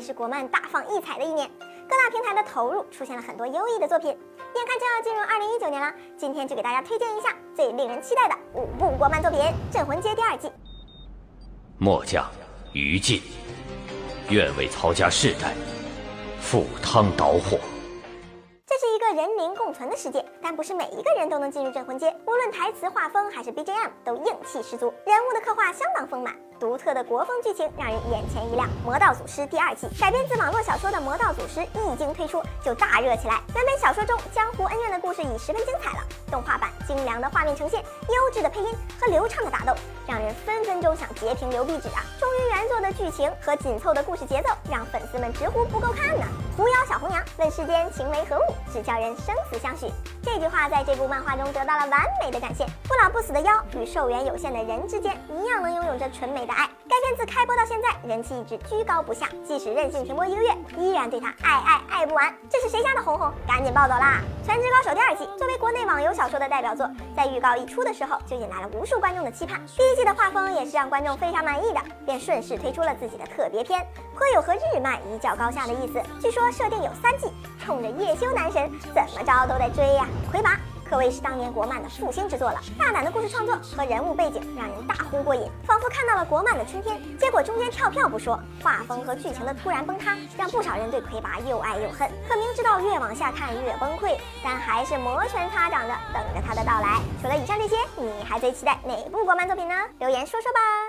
是国漫大放异彩的一年，各大平台的投入出现了很多优异的作品。眼看就要进入2019年了，今天就给大家推荐一下最令人期待的5部国漫作品《镇魂街》第2季。 末将于禁，愿为曹家世代赴汤蹈火。 这是一个人民共存的世界，但不是每一个人都能进入镇魂街。无论台词、画风还是 BGM 都硬气十足，人物的刻画相当丰满，独特的国风剧情让人眼前一亮。《魔道祖师》第2季改编自网络小说的《魔道祖师》一经推出就大热起来。原本小说中江湖恩怨的故事已十分精彩了，动画版精良的画面呈现、优质的配音和流畅的打斗，让人分分钟想截屏留壁纸啊！忠于原作的剧情和紧凑的故事节奏，让粉丝们直呼不够看呢。狐妖小红娘问世间情为何物，只叫人生死相许。这句话在这部漫画中得到了完美的展现。不老不死的妖与寿元有限的人之间一样能拥有着纯美的爱。该片自开播到现在，人气一直居高不下，即使任性停播1个月，依然对他爱不完。这是谁家的红红？赶紧抱走啦！《全职高手》第2季作为国内网游小说的代表作，在预告一出的时候就引来了无数观众的期盼。第1季的画风也是让观众非常满意的，便顺势推出了自己的特别篇，颇有和日漫一较高下的意思。据说设定有3季，冲着叶修男神怎么着都得追呀！魁拔可谓是当年国漫的复兴之作了，大胆的故事创作和人物背景让人大呼过瘾，仿佛看到了国漫的春天。结果中间跳票不说，画风和剧情的突然崩塌，让不少人对魁拔又爱又恨。可明知道越往下看越崩溃，但还是摩拳擦掌着等着他的到来。除了以上这些，你还最期待哪部国漫作品呢？留言说说吧。